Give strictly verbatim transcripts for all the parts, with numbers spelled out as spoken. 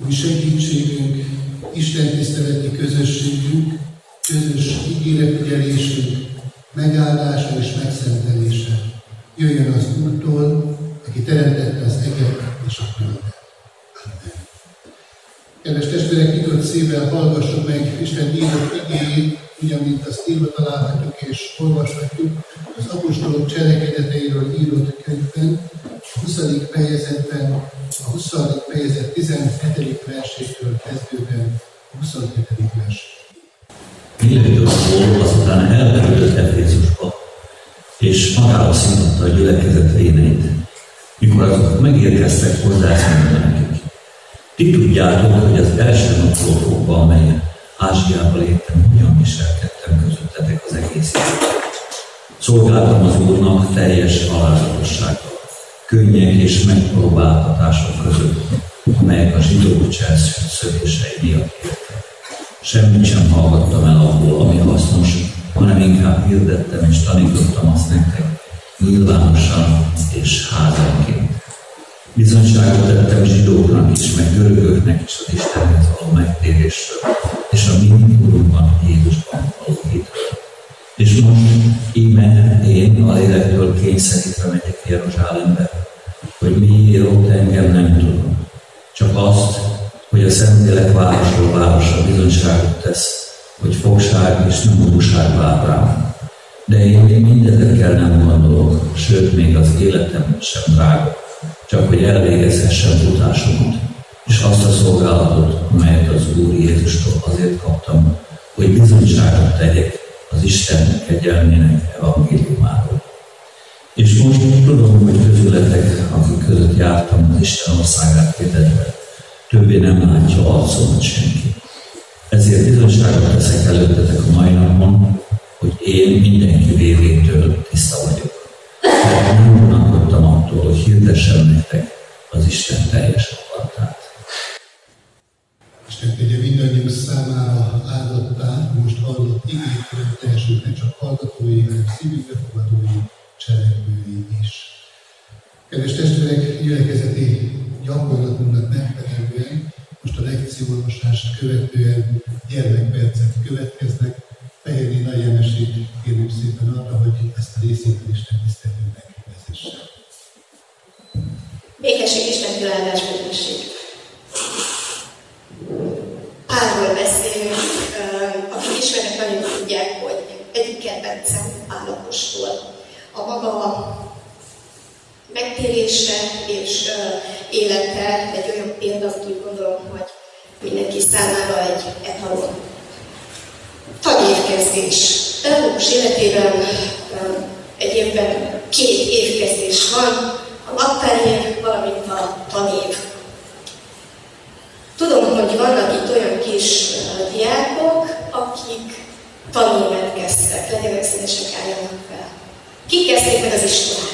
ami segítségünk, Isten tiszteleti közösségünk, közös ígéretfigyelésünk, megáldása és megszentelése. Jöjjön az Úrtól, aki teremtette az eget és a földet. Amen. Kedves testvérek, nyitott szívvel hallgassuk meg Isten írott igéjét, ugyan mint azt írva találhatjuk és olvashatjuk az apostolok cselekedeteiről írott könyvben, a huszadik fejezetben, a huszadik fejezet tizenhetedik versétől kezdődően a huszonhetedik vers. Mielőtt Pál azután elküldött Efézusba, és magába szintotta a gyülekezet véneit. Mikor azok megérkeztek, hozzá ezt mondta nekik: ti tudjátok, hogy az első napról fogva, amelyen Ázsiába léptem, hogyan viselkedtem közöttetek az egész időt. Szolgáltam az Úrnak teljes alázatossággal, könnyek és megpróbáltatások között, amelyek a zsidók cselszövései miatt értek. Semmit sem hallgattam el abból, ami hasznos, hanem inkább hirdettem és tanítottam azt nektek, nyilvánosan és házanként. Bizonyságot tettem zsidóknak is, meg görögöknek is az Istenhez való megtérésről, és a mi Úrunkban, Jézusban való hitről. És most íme én a lélektől kényszerítve megyek Jeruzsálembe, hogy miért ott engem nem tudom. Csak azt, hogy a Szentlélek városról városra bizonyságot tesz, hogy fogság és nyomorúság vár rám. De én még mindezekkel nem gondolok, sőt, még az életem sem drága, csak hogy elvégezhessem futásomat, és azt a szolgálatot, amelyet az Úr Jézustól azért kaptam, hogy bizonyságot tegyek az Isten kegyelmének evangéliumáról. És most tudom, hogy közületek, akik között jártam az Isten országát hirdetve, többé nem látja arcomat senki. Ezért bizonyságot teszek előttetek a mai napon, hogy én mindenki vérétől tiszta vagyok. Mert nem vonakodtam attól, hogy hirdessem nektek az Isten teljes akaratát. Isten tegye mindannyiunk számára áldottá, most hallott igényt, teljesült ne csak hallgatói, hanem szívünkbe fogadói, cselekvői is. Kedves testvérek, gyülekezeti gyakorlatunknak megfelelően most a lekcióolvasást követően gyermekpercek következnek. Fehéri Nagy Jenesét kérjük szépen arra, hogy ezt a részét a Isten tiszteletünknek vezesse. Békesség, Isten kiláldás, békesség. Pálról beszélünk, akik ismernek, nagyon tudják, hogy egyik kedvencem Pál apostol. A maga megtérése és élete egy olyan példa, úgy gondolom, hogy mindenki számára egy etalon. Tanévkezdés. Pedagógus életében egy évben két évkezdés van, a naptárév, valamint a tanév. Tudom, hogy vannak itt olyan kis diákok, akik tanévet kezdtek, legyenek színesek, álljanak fel. Kik kezdték meg az iskolát?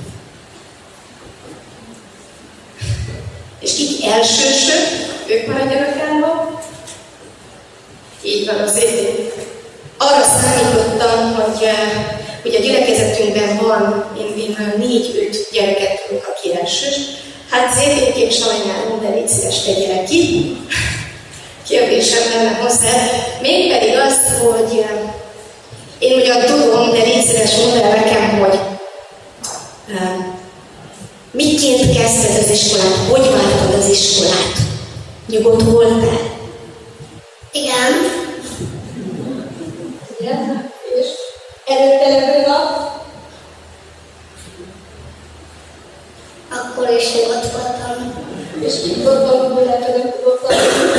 És kik elsősök, ők maradjanak állva? Így van, azért én arra számítottam, hogy, hogy a gyülekezetünkben van, én, én négy-öt gyereket tudok, aki elsős. Hát szétényként sajnálom, de légy szíves, tegyél ki. Kérdésem lenne hozzá. Mégpedig azt, hogy én ugyan tudom, de légy szíves, mondd el nekem, hogy miként kezdted az iskolát, hogy vártad az iskolát? Nyugodt voltál? Igen. Igen, és előtte levő nap? Akkor is nyugodt voltam. És kik voltam, hogy lehet, hogy nem tudottam?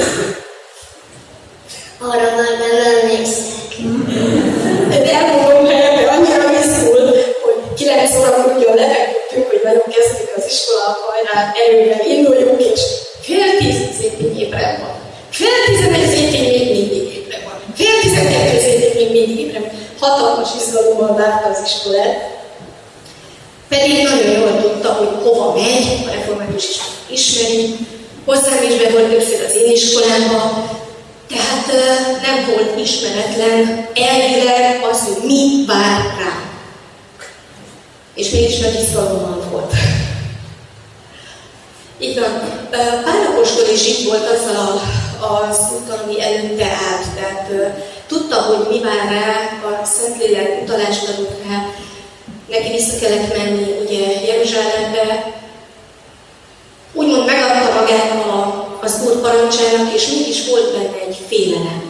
Arra már nem emlékszek. De elmondom helyembe, annyira viszul, hogy kilenc órakor ugyan lefeküdtünk, hogy velünk kezdjük az iskola, hajrá, erővel induljunk, és fél tíz szépen ébren van. Fél tizenegy szépen még mindig ébren van. Fél tizenkettő szépen még mindig ébren van. Hatalmas izgalommal várta az iskolát. Pedig nagyon jól tudta, hogy hova megy, a református is ismeri. Hozzám is be volt többször az én iskolámban, tehát nem volt ismeretlen elvileg az, hogy mi vár rá. És mégis nagy izgalommal volt. Így van. Pál apostol is itt volt azzal a, az úton, ami előtte állt. Tehát uh, tudta, hogy mi vár rá, a Szentlélek utalást adott rá. Neki vissza kellett menni ugye Jeruzsálembe. Úgymond megadta magát a, az Úr parancsának, és mégis volt benne egy félelem.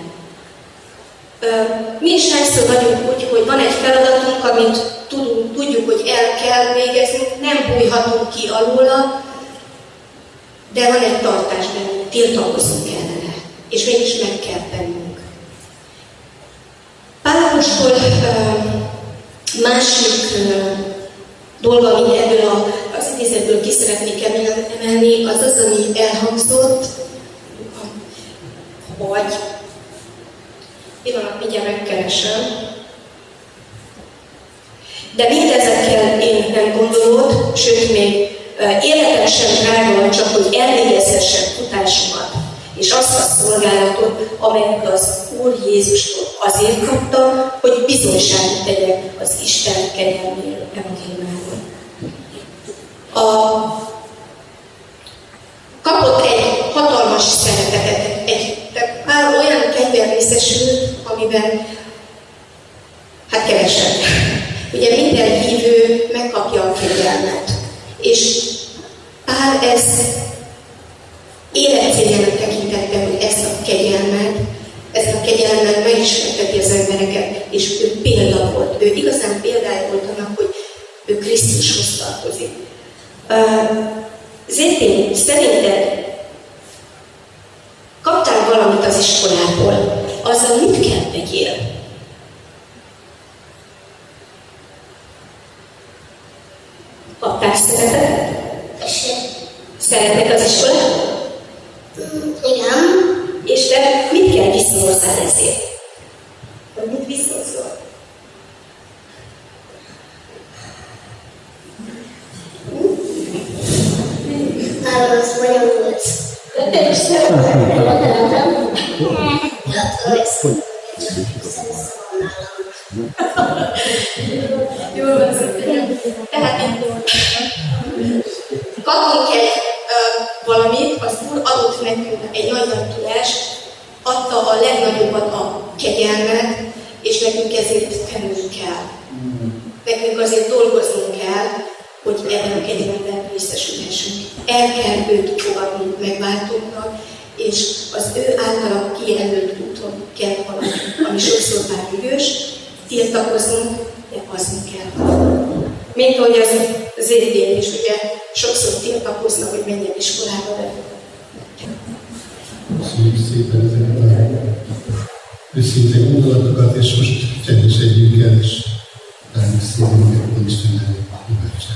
Mi is hányszor vagyunk úgy, hogy van egy feladatunk, amit tudunk, tudjuk, hogy el kell végeznünk, nem bújhatunk ki alóla, de van egy tartás bennünk, tiltakozunk ellene, és mégis meg kell tennünk. Pál apostol másik dolga, amit ebből az idézetből ki szeretnék emelni, az az, ami elhangzott, hogy pillanat, mindjárt megkeresem. De mindezekkel én nem gondolod, sőt még életem sem drága, csak hogy elvégezhessem futásomat, és azt a szolgálatot, amelyet az Úr Jézustól azért kaptam, hogy bizonyságot tegyek az Isten kegyelméről, evangéliumáról. A kapott egy hatalmas szeretetet, egy, tehát már olyan kegyben részesült, amiben hát kevesebb. Ugye minden hívő megkapja a kegyelmet. És Pál ezt életcéljának tekintette, hogy ezt a kegyelmet, ezt a kegyelmet megismerteti az embereket, és ő példa volt. Ő igazán példája volt annak, hogy ő Krisztushoz tartozik. Zétén, szerinted kaptál valamit az iskolából, azzal mit kell tegyél? Kaptál szeretetet? Szeretek az iskolát? Igen. És te mit kell viszonyozzál ezért? Vagy mit viszonyozol? Nálam az bonyolult. De te is szeretem. Jól van szépen. Tehát kapunk egy uh, valamit, az Úr adott nekünk egy nagy nagy tudást, adta a legnagyobbat, a kegyelmet, és nekünk ezért tennünk kell. Nekünk azért dolgoznunk kell, hogy ebben a kegyelemben részesülhessünk. El kell őt fogadni megváltóknak, és az ő általa kijelölt úton kell haladnunk, ami sokszor már ügyös, tiltakoznunk, de aznunk kell. Mint ahogy az Zédén is ugye sokszor tiltakoznak, hogy menjen iskolába, de köszönjük szépen ezeket a őszinte gondolatokat, és most csendesedjünk el, és rájuk szépen, hogy Isten elég imádság.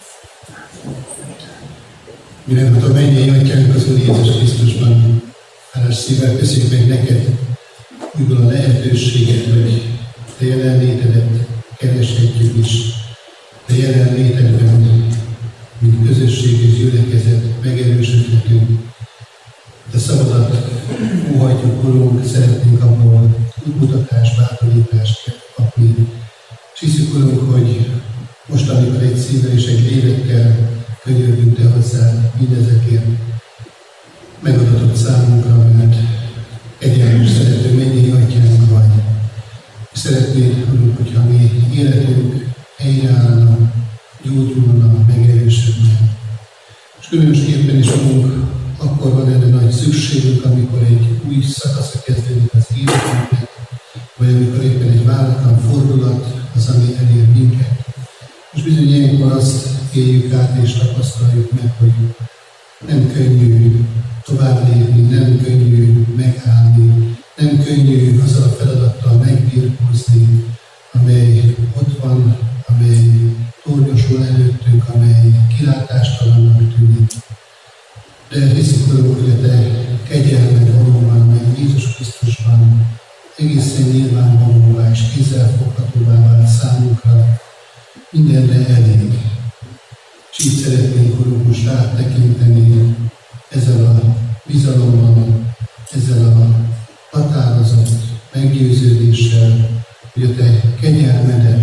Mindenhol a mennyei atyánk az Úr Jézus Krisztusban, hálás szívvel köszönjük meg neked újból a lehetőséget, hogy te jelenlétedet kereshetjük is, te jelenlétedben, mint közösség és gyülekezet megerősödhetünk. De szavadat óhajtjuk, Urunk, szeretnénk abból útmutatást, bátorítást kapni. És hiszük, Urunk, hogy most, amikor egy szívvel és egy lélekkel könyörgünk te hozzád mindezekért, megadatott számunkra, mert egyenlős szerető mennyei atyánk vagy. És szeretnéd, Urunk, hogyha mi életünk helyreállna, gyógyulna, megerősödne. És különösképpen is, Urunk, akkor van erre nagy szükségünk, amikor egy új szakasza kezdődik az életünknek, vagy amikor éppen egy váratlan fordulat az, ami elér minket. És bizony ilyenkor azt éljük át és tapasztaljuk meg, hogy nem könnyű tovább lépni, nem könnyű megállni, nem könnyű azzal a feladattal megbirkózni, amely ott van, amely tornyosul előttünk, amely kilátástalannak tűnik. De hiszik, Urunk, hogy a te kegyelmed valóban, amely Jézus Krisztusban egészen nyilvánvalóvá és kézzelfoghatóvá vált számunkra, mindenre elég. És így szeretnénk, Urunk, most áttekinteni ezzel a bizalommal, ezzel a határozott meggyőződéssel, hogy a te kegyelmedet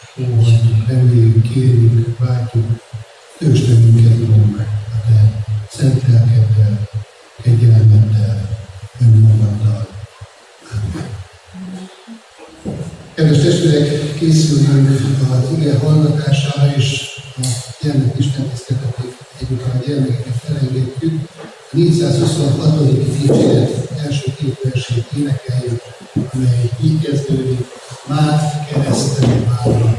óhajtjuk, reméljük, kérjük, vágyjuk, tősd minket, Urunk, a te miután a gyermekeket elengedtük, a négyszázhuszonhatodik dicséret első két versét énekeljük, amely így kezdődik: Már kereszten várva.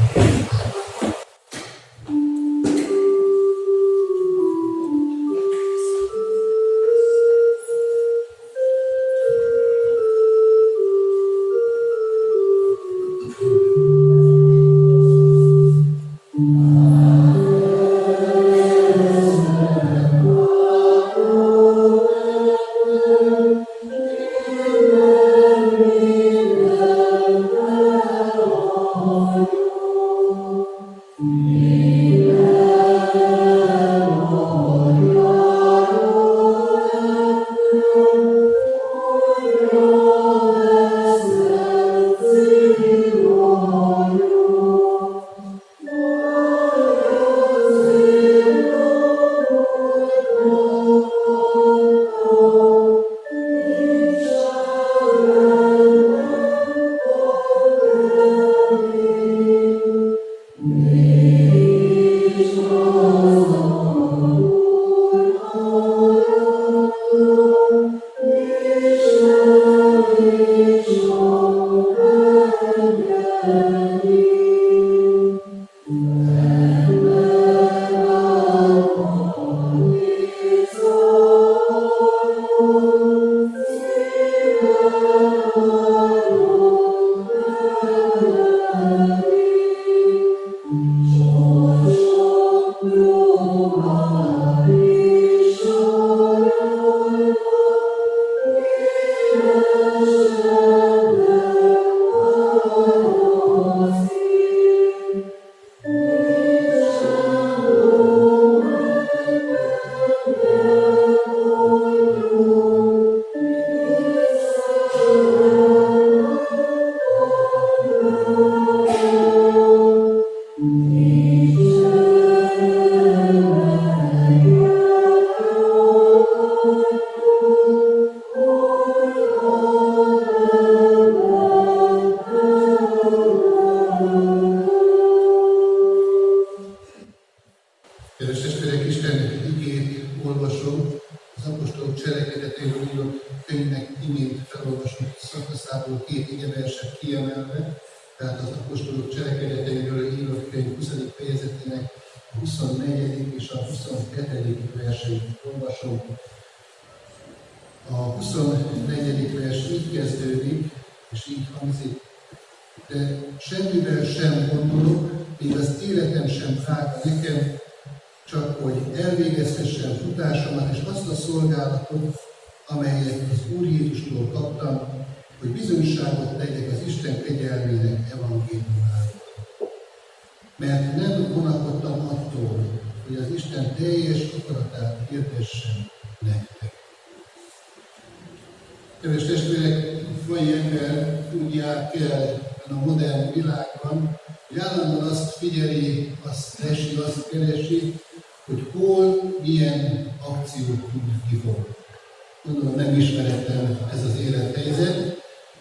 Kedves testvérek, mai ember úgy jár kell a modern világban, hogy állandóan azt figyeli, azt lesi, azt keresi, hogy hol, milyen akciót tud kifogni. Gondolom nem ismeretlen ez az élethelyzet.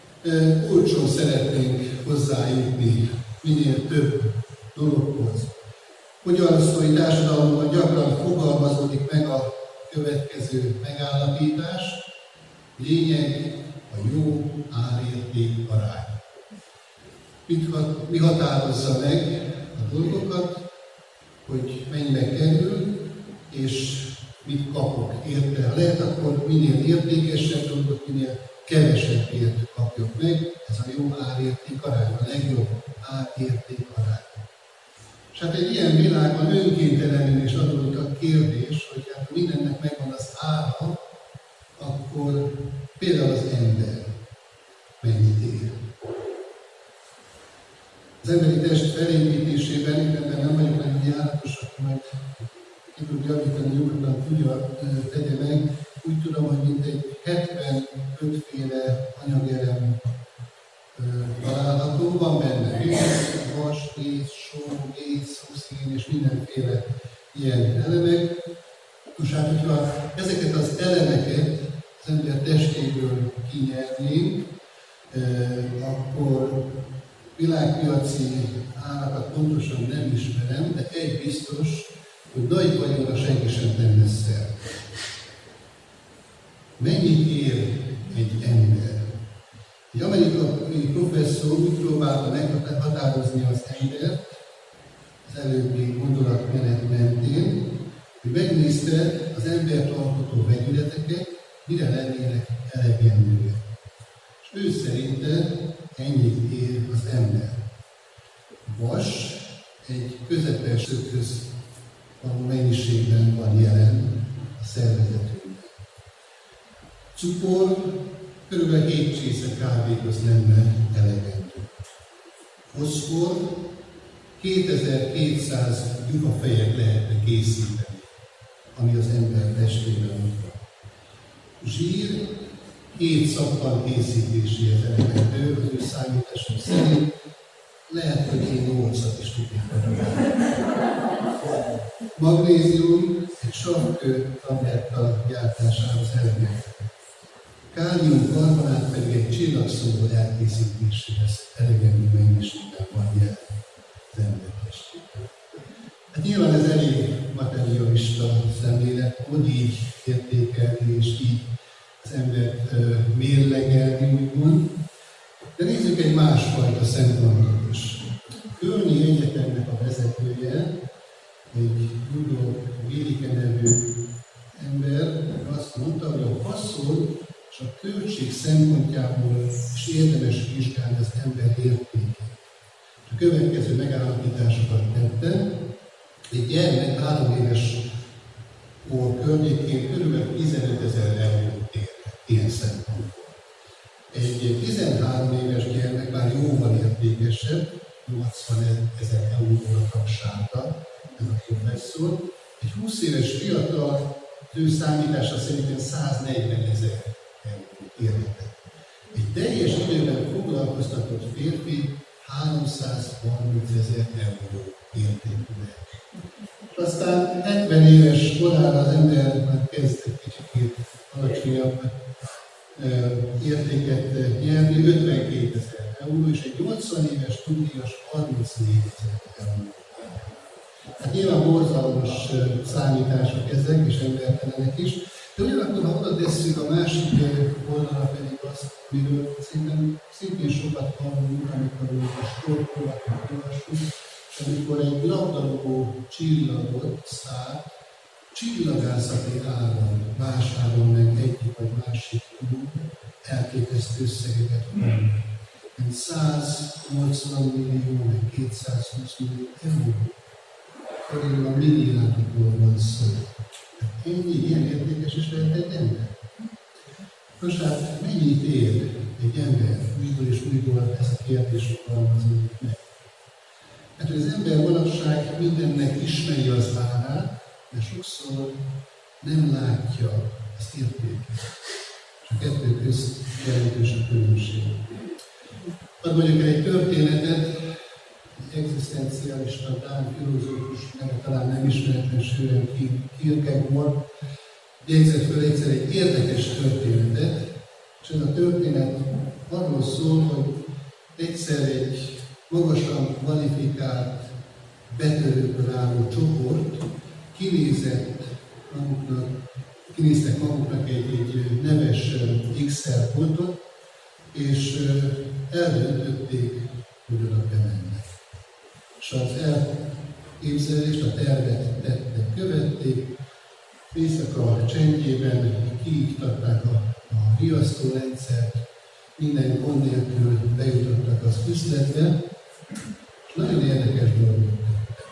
Olcsón szeretnénk hozzájutni minél több dologhoz. Fogyasztói társadalomban gyakran fogalmazódik meg a következő megállapítás: lényeg a jó árérték arány. Mit, mi határozza meg a dolgokat, hogy mennyibe kerül, és mit kapok érte. Ha lehet, akkor minél értékesebb dolgot, minél kevesebbért kapjuk meg. Ez a jó árérték arány, a legjobb árérték arány. És hát egy ilyen világban önkéntelenül is adódik a kérdés, hogy hát mindennek megvan az ára, akkor például az ember mennyit ér. Az emberi test felépítésében, ebben nem vagyok nagyon járatos, akkor majd ki tud javítani, nyugodtan tudja, tegye meg. Úgy tudom, hogy mintegy hetvenöt féle anyagelem található, van benne rész, vas, rész, só, rész, huszén és mindenféle ilyen elemek. Most hát, hogyha ezeket az elemeket az ember testéből kinyernénk, akkor világpiaci árakat pontosan nem ismerem, de egy biztos, hogy nagy vagyonra senki sem tenne szert. Mennyit ér egy ember? Egy amerikai professzor úgy próbálta meghatározni az embert az előbbi gondolatmenet mentén, hogy megnézte az embert alkotó vegyületeket, mire lennének elegendőek. És ő szerinte ennyit ér az ember. Vas egy közepes szökhöz való mennyiségben van jelen a szervezetünkben. Cukor körülbelül hét csésze kávéhoz lenne elegendő. Foszfor kétezer-kétszáz juhafejet lehetne készíteni, ami az ember testében van. Zsír hét szappan készítéséhez elegendő, az ő számításom szerint lehet, hogy én nyolcat is tudnék. Magnézium egy savkő tabletta gyártásához elegendő. Kálium karbonát pedig egy csillagszóró elkészítéséhez elegendő mennyiségben van jelen az ember testében. Hát nyilván ez elég materialista szemlélet, hogy így értékelni és így az embert uh, mérlegelni, úgymond. De nézzük egy másfajta szempontot is. Kölni Egyetemnek a vezetője, egy Rudolf Virike nevű ember azt mondta, hogy a haszon és a költség szempontjából is érdemes vizsgálni az ember értékét. A következő megállapításokat tette. Egy gyermek három éves kor környékén körülbelül tizenötezer eurót ér ilyen szempontból. Egy tizenhárom éves gyermek már jóval értékesebb, nyolcvanezer euróra tagsálta ez a professzor. Egy húsz éves fiatal, az ő számítása szerintem száznegyvenezer eurót érhetett. Egy teljes időben foglalkoztatott férfi háromszázharmincezer euró értékű lehet. Aztán hetven éves korára az ember már kezd egy kicsit alacsonyabb értéket nyerni, ötvenkétezer euró, és egy nyolcvan éves nyugdíjas harmincnégyezer euró. Hát nyilván borzalmas számítások ezek, és embertelenek is, de ugyanakkor, ha oda tesszük a másik oldalra pedig azt, amiről szerintem szintén sokat hallunk, amikor a sportolatokat olvasunk, és amikor egy labdarúgó csillagot, sztár, csillagászati áron vásárol meg egyik vagy másik klub, elképesztő összegeket, mint száznyolcvan millió, meg kétszázhúsz millió euró. Körülbelül a milliárdokról van szó. Ennyi ilyen értékes is lehet egy ember. Most hát mennyit ér egy ember? Újból és újból ez a kérdés fogalmazódik meg. Hát, hogy az ember manapság mindennek ismeri az árát, de sokszor nem látja az értéket. És a kettő közt jelentős a különbség. Hadd mondjuk el egy történetet, egy egzisztencialista dán filozófus, neve talán nem ismeretlen, Søren Kierkegaard, jegyzett föl egyszer egy érdekes történetet, és ez a történet arról szól, hogy egyszer egy magasan kvalifikált, betörőkből álló csoport kinézett maguknak, kinéztek maguknak egy, egy neves X-szerpontot, és eldöntötték, hogy oda bemennek. És az elképzelést, a tervet tettek, követték, éjszaka csendjében kiiktatták a, a riasztórendszert, minden gond nélkül bejutottak az üzletbe, és nagyon érdekes dolgot tettek.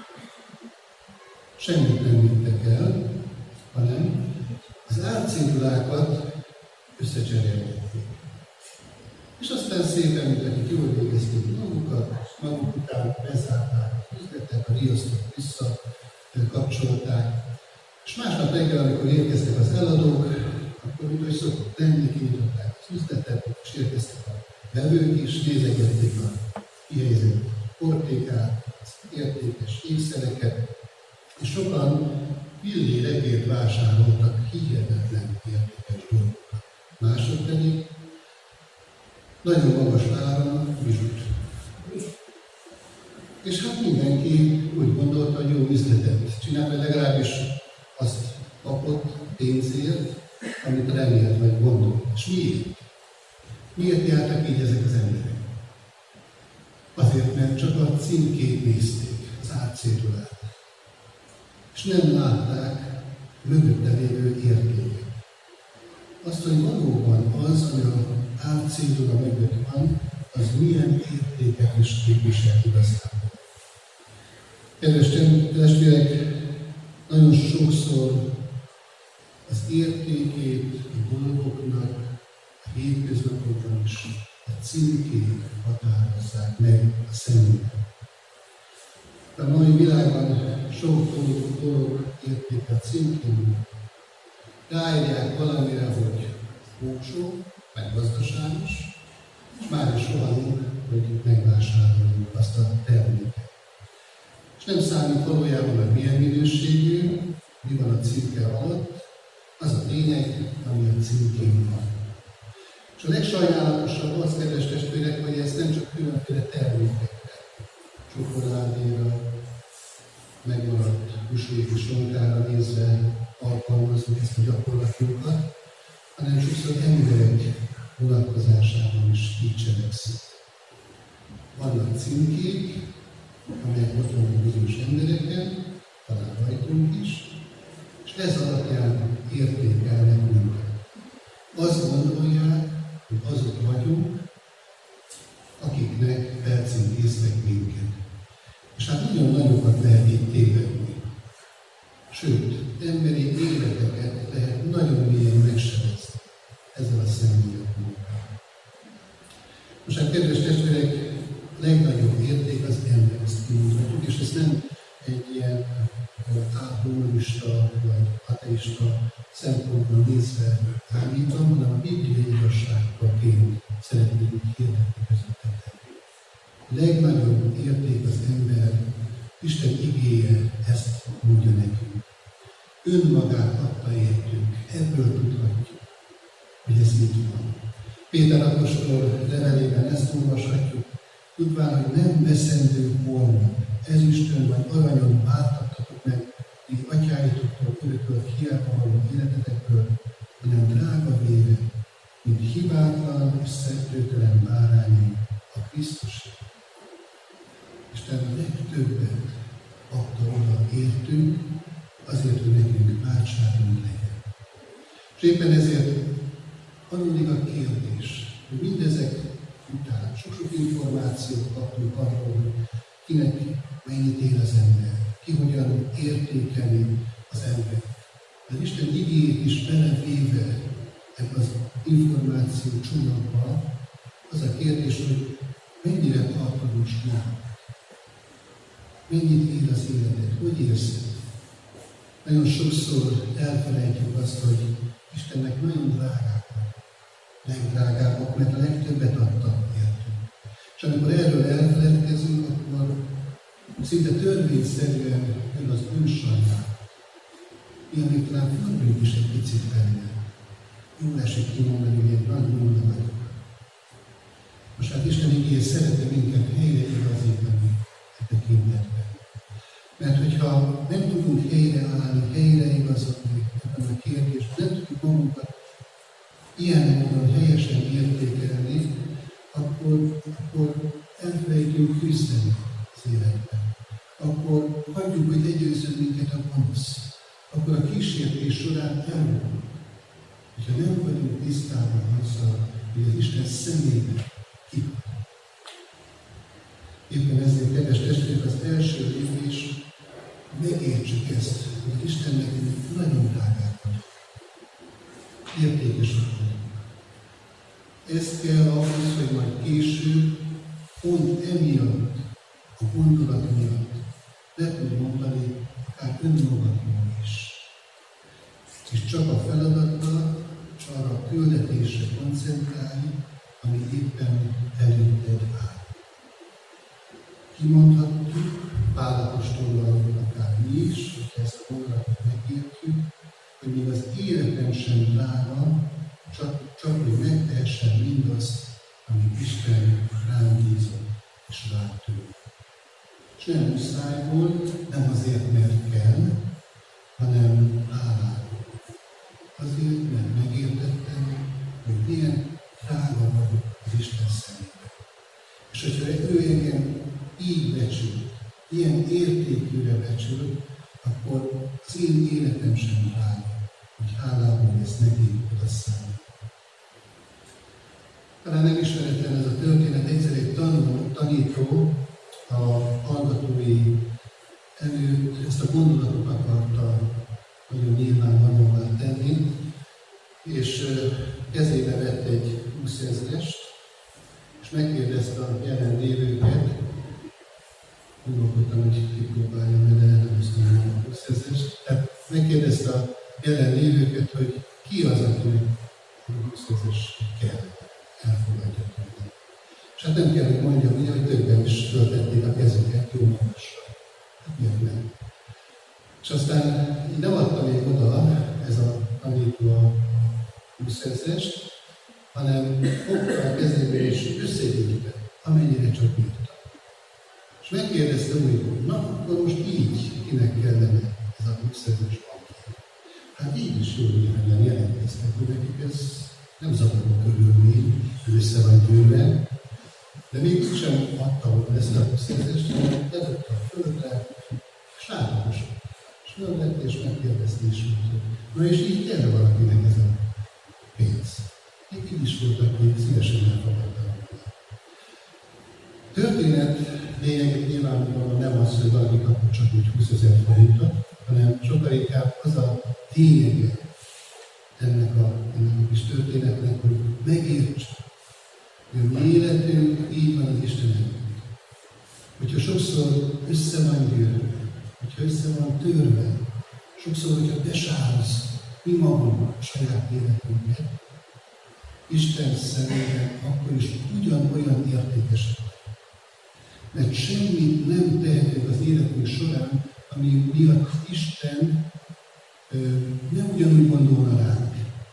Semmit nem vittek el, hanem az árcédulákat összecserélték. És aztán szépen, mint akik jól végezték magukat, maguk után bezárták az üzletet, a riasztót visszakapcsolták, és másnap reggel, amikor érkeztek az eladók, akkor, mint hogy szokott lenni, kinyitották az üzletet, és érkeztek a vevők is, nézegették a kihelyezett portékát, az értékes ékszereket, és sokan pilléregért vásároltak hihetetlen értékes dolgokat. Mások pedig nagyon magas áron bizsút. És hát mindenki úgy gondolta, hogy jó üzletet csinált, vagy legalábbis azt kapott pénzért, amit remélt vagy gondolt. És miért? Miért jártak így ezek az emberek? Azért, mert csak a címkét nézték, az árcédulát. És nem látták mögötte lévő értéket. Azt, hogy valóban az, ami az árcédula mögött van, az milyen értéket is képvisel igazából. Kedves testvérek, nagyon sokszor az értékét a dolgoknak, a hétköznapokban is a címkék határozzák meg a szemünket. A mai világban sok dolog, dolog érték a címkének. Ráírják valamire, hogy olcsó, meg gazdaságos, és már is rohanunk, hogy megvásároljuk azt a terméket. És nem számít valójában, hogy milyen minőségű, mi van a címke alatt, az a lényeg, ami a címkén van. És a legsajnálatosabb az, kedves testvérek, hogy ez nem csak különféle termékekre, csokoládéra, megmaradt húsvét és sonkára nézve alkalmazzuk ezt a gyakorlatunkat, hanem sokszor emberek vonatkozásában is így cselekszik. Vannak címkék, amelyek ott vannak bizonyos embereken, talán rajtunk is, és ez alapján értékelnek minket. Azt gondolják, hogy azok vagyunk, akiknek felcímkéztek minket. És hát nagyon nagyokat lehet itt tévedni. Sőt, emberi életeket lehet nagyon mélyen megsebezni ezzel a szemléletmóddal. Most hát, kedves testvérek, legnagyobb érték az ember, ezt kimondhatjuk, és ez nem egy ilyen álhumorista vagy ateista szempontból nézve állítom, hanem a bibliai igazságként szeretnénk hirdetni közöttetek. A legnagyobb érték az ember, Isten igéje ezt mondja nekünk. Önmagát adta értünk, ebből tudhatjuk, hogy ez így van. Péter apostol levelében ezt olvashatjuk, tudván, hogy nem veszendő volna, ezüstön vagy aranyon váltattatok meg, így atyáitoktól örökölt hiába való életetekből, hanem drága vére, mint hibátlan és szentőtelen bárányai a Krisztusért. Isten a legtöbbet adta oda értünk, azért, hogy nekünk váltságunk legyen. És éppen ezért adódik a kérdés, hogy mindezek után sok-sok információt kaptunk arról, hogy kinek mennyit ér az ember, ki hogyan értékeli az ember. Az Isten igéjét is belevéve ebbe az információ csomagba, az a kérdés, hogy mennyire tartod most magad. Mennyit ér az életed? Hogy érzed? Nagyon sokszor elfelejtjük azt, hogy Istennek nagyon drágák van. Legdrágábbak, mert a legtöbbet adta értünk. És amikor erről elfeledkezünk, akkor szinte törvényszerűen jön az önsajnát. Mi, amit talán fordulunk is egy picit benne. Jól esik kimondani, hogy egy nagy monda vagyok. Most hát Isten igéje szeretne minket helyre igazítani e tekintetben. Mert hogyha nem tudunk helyreállni, helyre igazodni ebben a kérdésben, nem tudjuk magunkat ilyen módon helyesen értékelni, akkor, akkor elfelejtünk küzdeni az életben. Akkor hagyjuk, hogy legyőzzön minket a gonosz. Akkor a kísértés során elmondjuk. Hogyha nem vagyunk tisztában azzal, hogy az Isten szemében kik. Éppen ezért, kedves testvérek, az első lépés, megértsük ezt, hogy Istennek nagyon drágák vagyunk. Értékesek vagyunk. Ez kell ahhoz, hogy majd később, pont emiatt, a gondolat miatt le tud mondani akár önmagadról is. És csak a feladatra, és arra a küldetésre koncentrálni, ami éppen előtted áll. Kimondhatjuk, Pál apostolval akár mi is, hogy ezt a gondolatot megértjük, hogy még az életem sem drága, csak, csak hogy megtehessen mindazt, amit Isten rám bízott és vár tőle. És nem muszájból, nem azért, mert kell, hanem hálából. Azért, mert megértettem, hogy milyen drága vagyok az Isten szemében. És hogyha ő engem így becsül, ilyen értékűre becsül, akkor az én életem sem drága, hogy hálából ezt neki odaszállom. Talán nem ismeretlen ez a történet, egyszer egy tanuló, tanító a hallgatói előtt ezt a gondolatot akarta nagyon nyilvánvalóvá tenni, és kezébe vett egy húszezrest, és megkérdezte a jelenlévőket, gondolkodtam, hogy kipróbáljam, de nem hiszem a húszezrest, tehát megkérdezte a jelenlévőket, hogy ki az, akinek a húszezres kell, elfogadja tőle. És hát nem kell, hogy mondjam, ugye, hogy többen is föltették a kezüket jó magasra. Hát miért nem? És aztán így nem adta még oda ez a tanító a húszezrest, hanem fogta a kezébe és összegyűjtve, amennyire csak bírta. És megkérdezte újra, na akkor most így kinek kellene ez a húszezres bankjén. Hát így is jól néhányan jelentkeztek, hogy nekik ez nem zavaró körülmény, össze van gyűlve, de még sem adta oda ezt a húszezrest, hanem ledötte a földre, és látogatott. És fölvett és megkérdezte is, hogy na és így kell valakinek ez a pénz. Még így is volt, aki szívesen elfogadta. A történet lényeg nyilvánvalóan nem az, hogy valaki kapott csak úgy húszezer forintot, hanem sokkal inkább az a lényege ennek a, ennek a kis történetnek, hogy megértsük, hogy a mi életünk így van az Isten előtt. Hogyha sokszor össze van gyűrve, hogyha össze van törve, sokszor, hogyha besároz mi magunk a saját életünket, Isten szemében akkor is ugyanolyan értékesek. Mert semmit nem tehetünk az életünk során, ami miatt Isten ö, nem ugyanúgy gondolna ránk.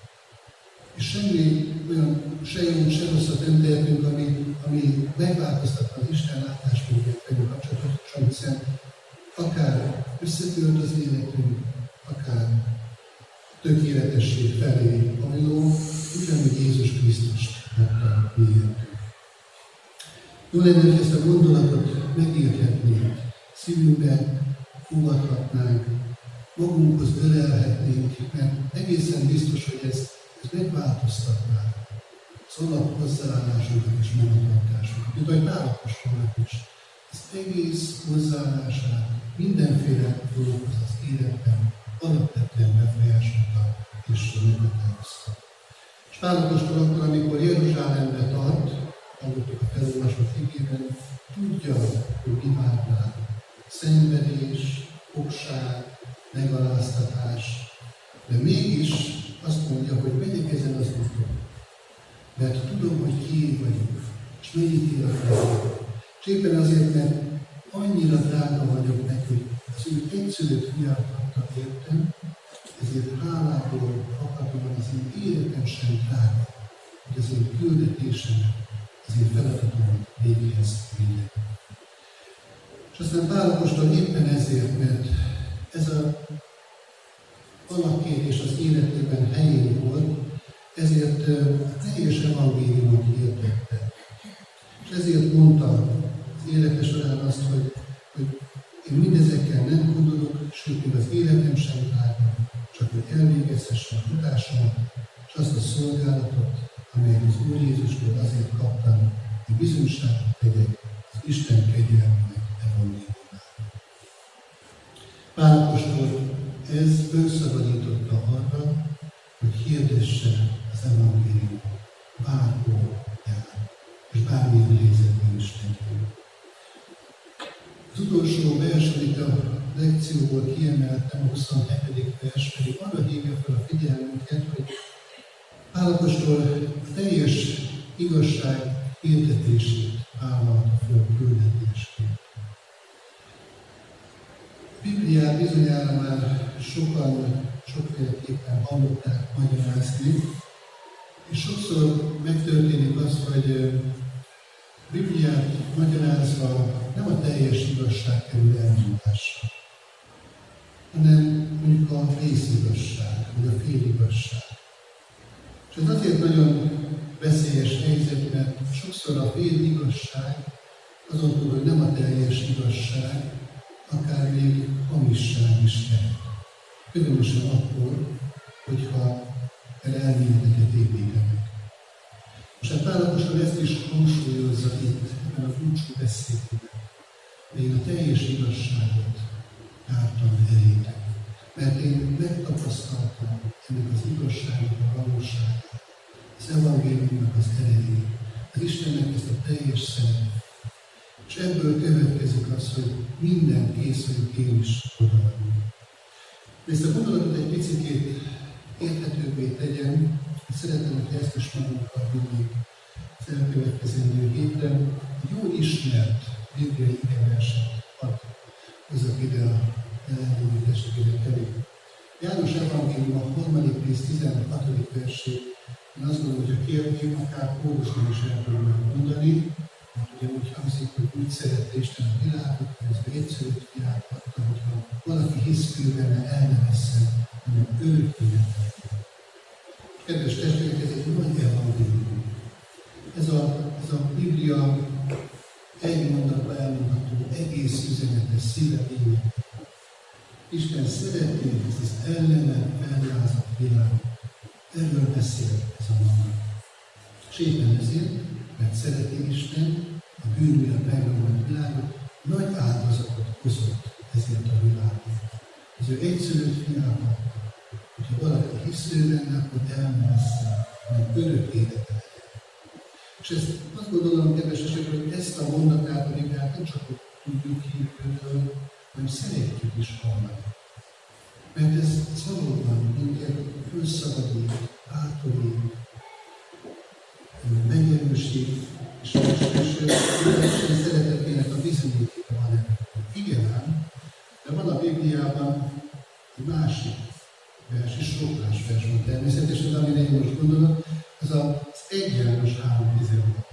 És semmi olyan se jó, se rosszat nem tehetünk, ami, ami megváltoztatna az Isten látásmódját velünk kapcsolatosan, hiszen akár összetört az életünk, akár tökéletesség felé hajló, ugyanúgy Jézus Krisztust adta miértünk. Jó lenne, hogy ezt a gondolatot megérthetnénk, szívünkbe fogadhatnánk, magunkhoz ölelhetnénk, mert egészen biztos, hogy ez, ez megváltoztatná az alap hozzáállásunkat és magatartásunkat. Mint ahogy Pál apostolnak is. Az egész hozzáállását mindenféle dologhoz az életben alapvetően befolyásolta és meghatározta. És Pál apostol akkor, amikor Jeruzsálembe tart, hallottuk a felolvasott igében, tudja, hogy mi vár rá. Szenvedés, fogság, megaláztatás, de mégis azt mondja, hogy megyek ezen az úton. Mert tudom, hogy kié vagyok, és mennyit életem. És éppen azért, mert annyira drága vagyok neki, hogy az ő egyszülött fiát adta értem, ezért hálából fakadóan az én életem sem drága, hogy az én küldetésem, az én feladatom végéhez vigyek. És aztán Pál apostol éppen ezért, mert ez a alapkérés az életében helyén volt, ezért a teljes evangéliumot hirdette. És ezért mondta az élete során azt, hogy, hogy én mindezekkel nem gondolok, sőt, még az életem sem drága, csak hogy elvégezhessem a tudásomat, és azt a szolgálatot, amelyet az Úr Jézusról azért kaptam, hogy bizonyságot tegyek az Isten kegyelmének evangéliumáról. Pál apostol ez önszabadította arra, hogy hirdesse az evangéliumot, bárhol jár, és bármilyen helyzetben is tegyen. Az utolsó vers, amit a lekcióból kiemeltem, a huszonhetedik vers, pedig arra hívja fel a figyelmünket, hogy Pál apostol teljes igazság hirdetését vállalta föl küldetésként. A Bibliát bizonyára már sokan, sokféleképpen hallották magyarázni, és sokszor megtörténik az, hogy Bibliát magyarázva nem a teljes igazság kerül elmondásra, hanem mondjuk a részigazság, vagy a féligazság. És ez azért nagyon veszélyes helyzet, mert sokszor a féligazság azon túl, hogy nem a teljes igazság, akár még hamisság is lehet. Különösen akkor, hogyha erre elméleteket építenek. És hát Pál apostol ezt is hangsúlyozza itt, ebben a búcsú beszédében. De én a teljes igazságot jártam elétek. Mert én megtapasztaltam ennek az igazságnak a valóságát, az evangéliumnak az erejét, az Istennek ezt a teljes szeretet. És ebből következik az, hogy minden kész, hogy én is odaadom. Ezt a gondolatot egy picit érthetőbbé tegyem, és szeretném, hogy ezt is magunkkal vinnék az elkövetkezendő héten. Jól ismert bibliai igeverset ad hozzak ide a elmúló testvérek elé. János evangélium a harmadik rész tizenhatodik versét. Én azt gondolom, hogy ha kérném, akár kórusban is el tudnám mondani, mert ugye úgy hangzik, hogy úgy szerette Isten a világot, hogy az ő egyszerűt fiát adta, hogyha valaki hisz ő benne, el ne vesszen, hanem örök életet. Kedves testvérek, ez egy nagy evangélium. Ez a, ez a Biblia egy mondatban elmondható egész üzenete, szíve lényeg. Isten szereti ezt az ellene fellázadt világot. Erről beszél ez a mondat. És éppen ezért, mert szereti Isten a bűn miatt megromlott világot, nagy áldozatot hozott ezért a világot. Az ő egyszülött fiával, hogyha valaki hisző benne, akkor elmessze, mert örök élete legyen. És ezt azt gondolom, kedves esetleg, hogy ezt a mondatát, a Bibliát nem csak tudjuk hívni, hanem szeretjük is hallani. Mert ez, ez valóban minket fölszabadít, bátorít, megerősít, és Isten szeretetének a bizonyítéka van ennek. Igen ám, de van a Bibliában egy másik vers, és sok más vers van természetesen, amire én most gondolok, az az egy János három tizenhat.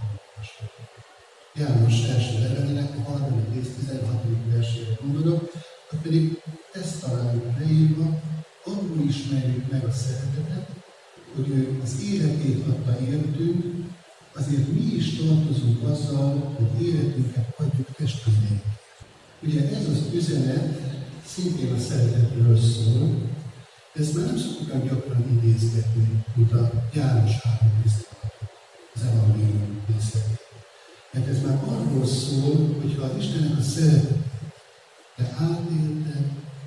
János első levelének a harmadik rész tizenhatodik versére gondolok, pedig ezt találjuk leírva, abból ismerjük meg a szeretetet, hogy ő az életét adta értünk, azért mi is tartozunk azzal, hogy életünket adjuk testvéreinknek. Ugye ez az üzenet szintén a szeretetről szól, de ezt már nem szoktuk gyakran idézgetni, mint a János három az evangélium részletét. Mert ez már arról szól, hogyha az Istennek a szeretet de átélted,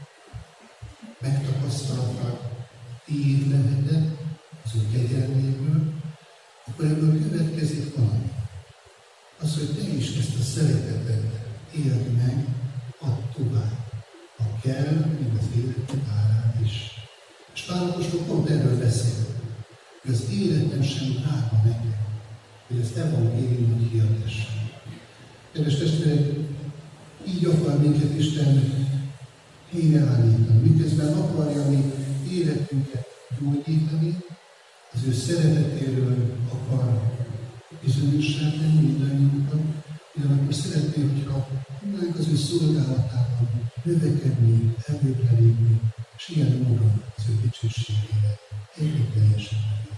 megtapasztaltad, tiéd leheted az ő kegyelméből, akkor ebből következik valami. Az, hogy te is ezt a szeretetet éld meg, add tovább. Ha kell, még az életed árán is. És Pál apostol pont erről beszél, hogy az életem sem drága nekem, hogy az evangéliumot hirdessem. Kedves testvérek, így akar minket Isten helyreállítani, miközben akarja mi életünket gyógyítani, az ő szeretetéről akar bizonyossá tenni mindannyiunkat, ugyanakkor szeretné, hogyha tudnánk az ő szolgálatában növekedni, előbbre lépni, és ilyen módon az ő dicsőségére egyre teljesen elérni.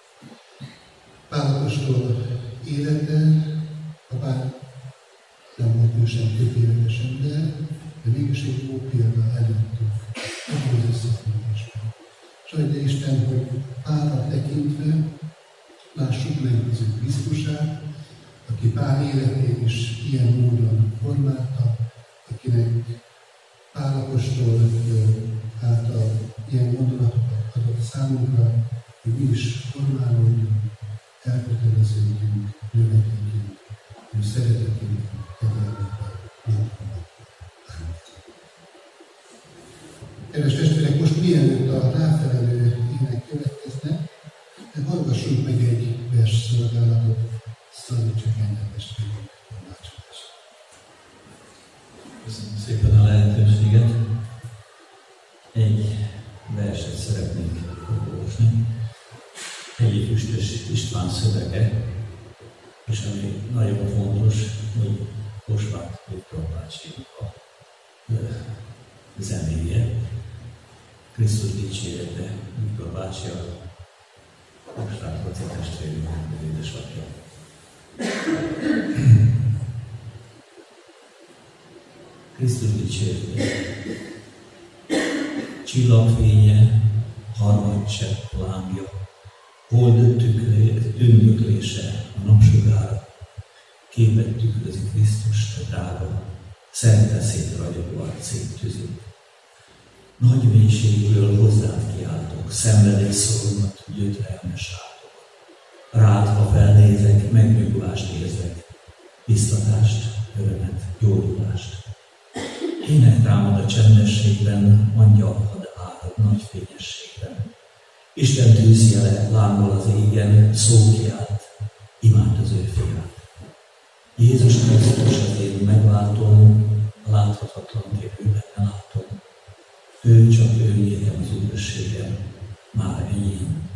Pál apostol élete, ha bár nem volt ő sem tökéletes ember, de mégis egy jó példa előttünk, ebben az összefüggésben. És adja Isten, hogy Pálra tekintve lássuk meg az ő Krisztusát, aki Pál életét is ilyen módon formálta, akinek Pál apostol által ilyen gondolatokat adott számunkra, hogy mi is formálódjunk, elköteleződjünk, növekedjünk, ő szeretetünk, kegyelmében, mindannyian. Kedves testvérek, most mielőtt a ráfelelő ének következne, hallgassunk meg egy vers szolgálatot, szólítsuk ennek testvérünk tanácsolást. Köszönöm szépen a lehetőséget. Egy verset szeretnék olvasni. Hegyi Füstös István szövege, És ami nagyon fontos, hogy Kossuth Viktor bácsinak a zenéje, Krisztus dicsérete, Viktor bácsi a Kossuth Laci testvérünk, az édesapja. Krisztus dicsérete. Csillagfénye, harmadcsepp lángja, hold tündöklése a napsugára, képet tükrözi Krisztus, te drága, szent eszét ragyogó arcét tüzik. Nagy mélységből hozzád kiáltok, szenvedélyszorulmat gyötrelmes átok. Rád, ha felnézek, megnyugvást érzek, biztatást, örömet, gyógyulást. Ének támad a csendességben, angyal had árad nagy fényességben. Isten tűzjele lángol az égen, szó kiált, imád az ő fiát. Jézus Krisztus az én megváltom, a láthatatlan jövőben látom. Ő csak ő nékem az üdvösségem, már enyém.